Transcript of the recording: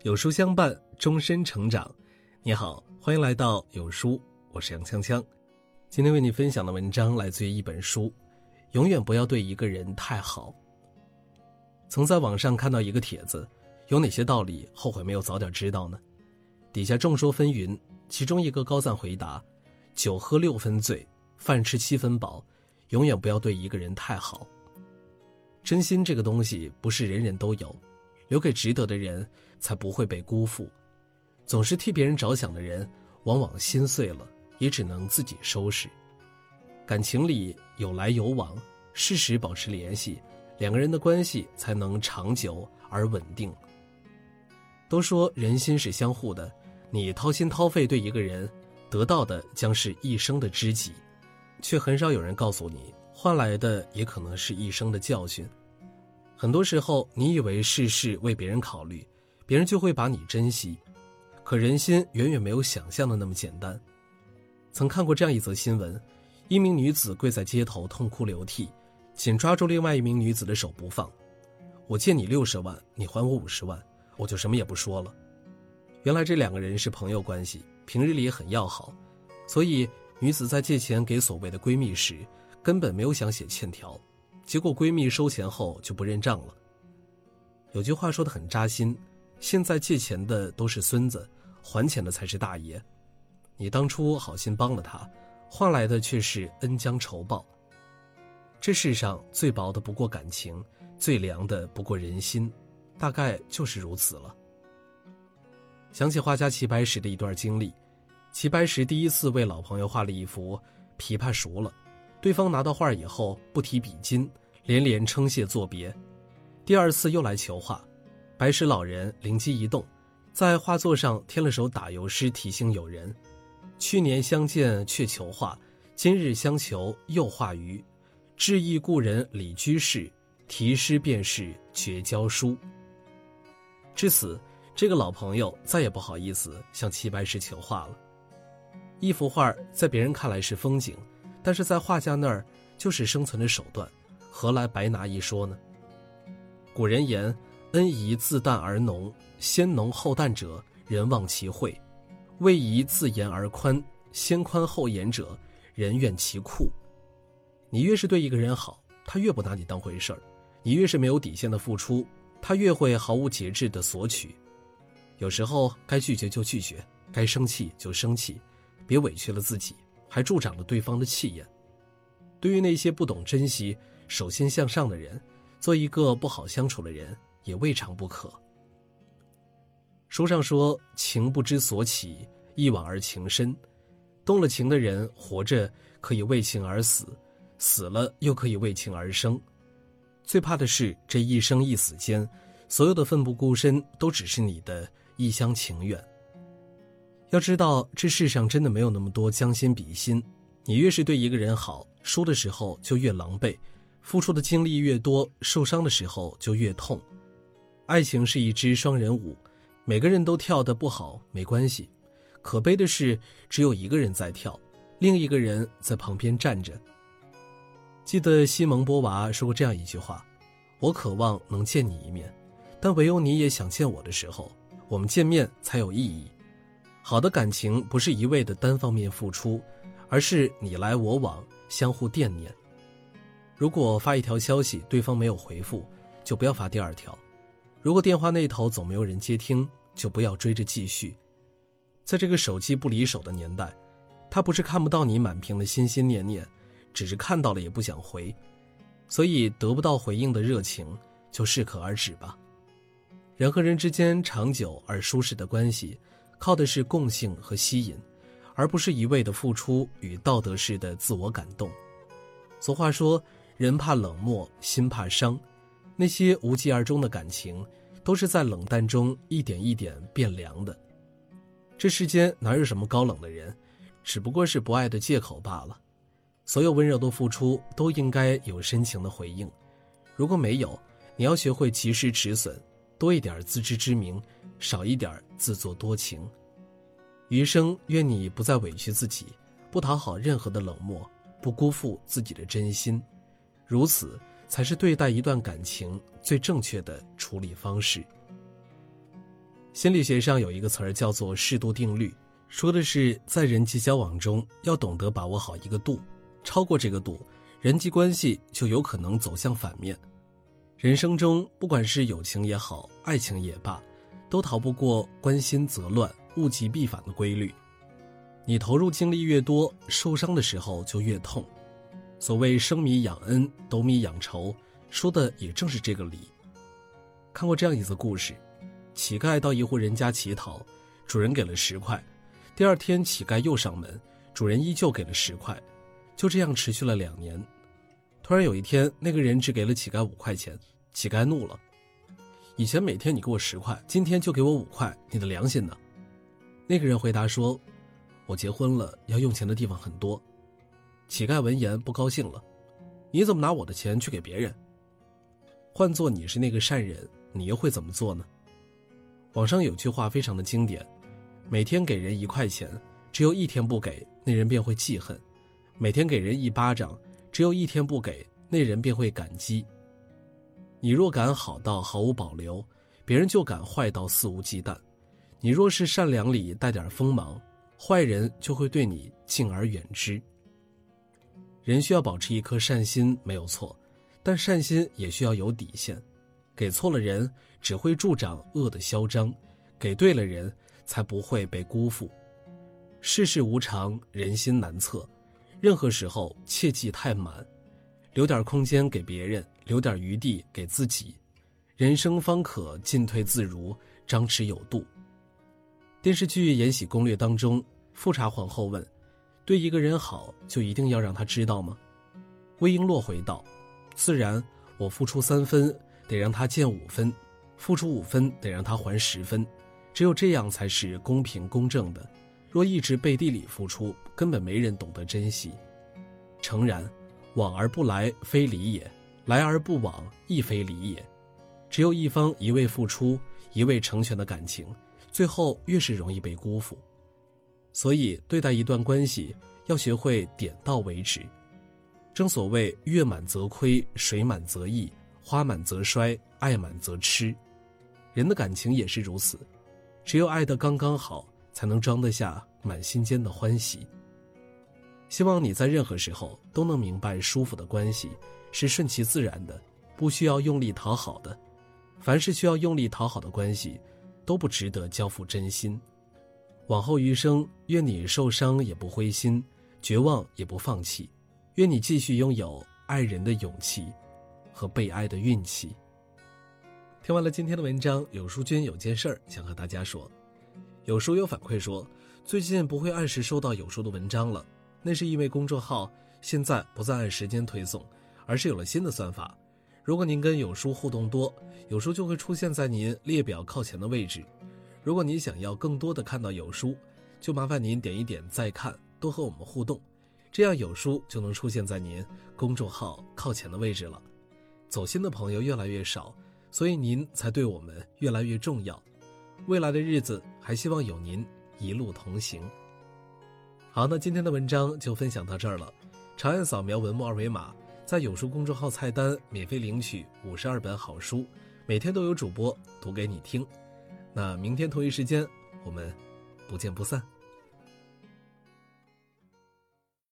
有书相伴，终身成长。你好，欢迎来到有书，我是杨锵锵。今天为你分享的文章来自于一本书，永远不要对一个人太好。曾在网上看到一个帖子，有哪些道理后悔没有早点知道呢？底下众说纷纭，其中一个高赞回答：酒喝6分醉，饭吃7分饱，永远不要对一个人太好。真心这个东西不是人人都有，留给值得的人才不会被辜负。总是替别人着想的人，往往心碎了也只能自己收拾。感情里有来有往，适时保持联系，两个人的关系才能长久而稳定。都说人心是相互的，你掏心掏肺对一个人，得到的将是一生的知己，却很少有人告诉你，换来的也可能是一生的教训。很多时候你以为事事为别人考虑，别人就会把你珍惜，可人心远远没有想象的那么简单。曾看过这样一则新闻，一名女子跪在街头痛哭流涕，紧抓住另外一名女子的手不放。我借你60万，你还我50万，我就什么也不说了。原来这两个人是朋友关系，平日里也很要好，所以女子在借钱给所谓的闺蜜时，根本没有想写欠条，结果闺蜜收钱后就不认账了。有句话说得很扎心，现在借钱的都是孙子，还钱的才是大爷。你当初好心帮了他，换来的却是恩将仇报。这世上最薄的不过感情，最凉的不过人心，大概就是如此了。想起画家齐白石的一段经历，齐白石第一次为老朋友画了一幅琵琶熟了，对方拿到画以后不提笔巾，连连称谢作别。第二次又来求画，白石老人灵机一动，在画作上添了首打油诗提醒友人：去年相见却求画，今日相求又画鱼。致意故人李居士，题诗便是绝交书。至此，这个老朋友再也不好意思向齐白石求画了。一幅画在别人看来是风景，但是在画家那儿就是生存的手段，何来白拿一说呢？古人言，恩宜自淡而浓，先浓后淡者，人忘其慧；位宜自严而宽，先宽后严者，人怨其酷。你越是对一个人好，他越不拿你当回事儿；你越是没有底线的付出，他越会毫无节制的索取。有时候该拒绝就拒绝，该生气就生气，别委屈了自己，还助长了对方的气焰。对于那些不懂珍惜、手心向上的人，做一个不好相处的人也未尝不可。书上说，情不知所起，一往而情深。动了情的人，活着可以为情而死，死了又可以为情而生。最怕的是，这一生一死间，所有的奋不顾身都只是你的一厢情愿。要知道，这世上真的没有那么多将心比心，你越是对一个人好，输的时候就越狼狈，付出的精力越多，受伤的时候就越痛。爱情是一支双人舞，每个人都跳得不好没关系，可悲的是只有一个人在跳，另一个人在旁边站着。记得西蒙波娃说过这样一句话：我渴望能见你一面，但唯有你也想见我的时候，我们见面才有意义。好的感情不是一味的单方面付出，而是你来我往，相互惦念。如果发一条消息对方没有回复，就不要发第二条；如果电话那头总没有人接听，就不要追着继续。在这个手机不离手的年代，他不是看不到你满屏的心心念念，只是看到了也不想回，所以得不到回应的热情就适可而止吧。人和人之间长久而舒适的关系，靠的是共性和吸引，而不是一味的付出与道德式的自我感动。俗话说，人怕冷漠，心怕伤。那些无疾而终的感情，都是在冷淡中一点一点变凉的。这世间哪有什么高冷的人，只不过是不爱的借口罢了。所有温柔的付出都应该有深情的回应，如果没有，你要学会及时止损，多一点自知之明，少一点自作多情。余生愿你不再委屈自己，不讨好任何的冷漠，不辜负自己的真心，如此才是对待一段感情最正确的处理方式。 心理学上有一个词儿叫做适度定律，说的是在人际交往中要懂得把握好一个度，超过这个度，人际关系就有可能走向反面。人生中不管是友情也好，爱情也罢，都逃不过关心则乱，物极必反的规律。你投入精力越多，受伤的时候就越痛。所谓生米养恩，斗米养仇，说的也正是这个理。看过这样一则故事，乞丐到一户人家乞讨，主人给了10块，第二天乞丐又上门，主人依旧给了10块，就这样持续了2年。突然有一天，那个人只给了乞丐5块钱，乞丐怒了，以前每天你给我10块，今天就给我5块，你的良心呢？那个人回答说，我结婚了，要用钱的地方很多。乞丐闻言不高兴了，你怎么拿我的钱去给别人？换做你是那个善人，你又会怎么做呢？网上有句话非常的经典，每天给人1块钱，只有1天不给，那人便会记恨；每天给人1巴掌，只有1天不给，那人便会感激。你若敢好到毫无保留，别人就敢坏到肆无忌惮。你若是善良里带点锋芒，坏人就会对你敬而远之。人需要保持一颗善心没有错，但善心也需要有底线。给错了人，只会助长恶的嚣张；给对了人，才不会被辜负。世事无常，人心难测，任何时候切忌太满，留点空间给别人，留点余地给自己，人生方可进退自如，张弛有度。电视剧《延禧攻略》当中，富察皇后问，对一个人好，就一定要让他知道吗？魏璎珞回道，自然，我付出3分，得让他见5分，付出5分，得让他还10分，只有这样才是公平公正的。若一直背地里付出，根本没人懂得珍惜。诚然，往而不来，非礼也；来而不往，亦非礼也。只有一方一味付出，一味成全的感情，最后越是容易被辜负。所以对待一段关系，要学会点到为止。正所谓月满则亏，水满则溢，花满则衰，爱满则痴。人的感情也是如此，只有爱得刚刚好，才能装得下满心间的欢喜。希望你在任何时候都能明白，舒服的关系是顺其自然的，不需要用力讨好的。凡是需要用力讨好的关系，都不值得交付真心。往后余生，愿你受伤也不灰心，绝望也不放弃，愿你继续拥有爱人的勇气和被爱的运气。听完了今天的文章，有书君有件事儿想和大家说。有书有反馈说，最近不会按时收到有书的文章了，那是因为公众号现在不再按时间推送，而是有了新的算法。如果您跟有书互动多，有书就会出现在您列表靠前的位置。如果你想要更多的看到有书，就麻烦您点一点再看，多和我们互动，这样有书就能出现在您公众号靠前的位置了。走心的朋友越来越少，所以您才对我们越来越重要。未来的日子还希望有您一路同行。好，那今天的文章就分享到这儿了。长按扫描文末二维码，在有书公众号菜单免费领取52本好书，每天都有主播读给你听。那明天同一时间，我们不见不散。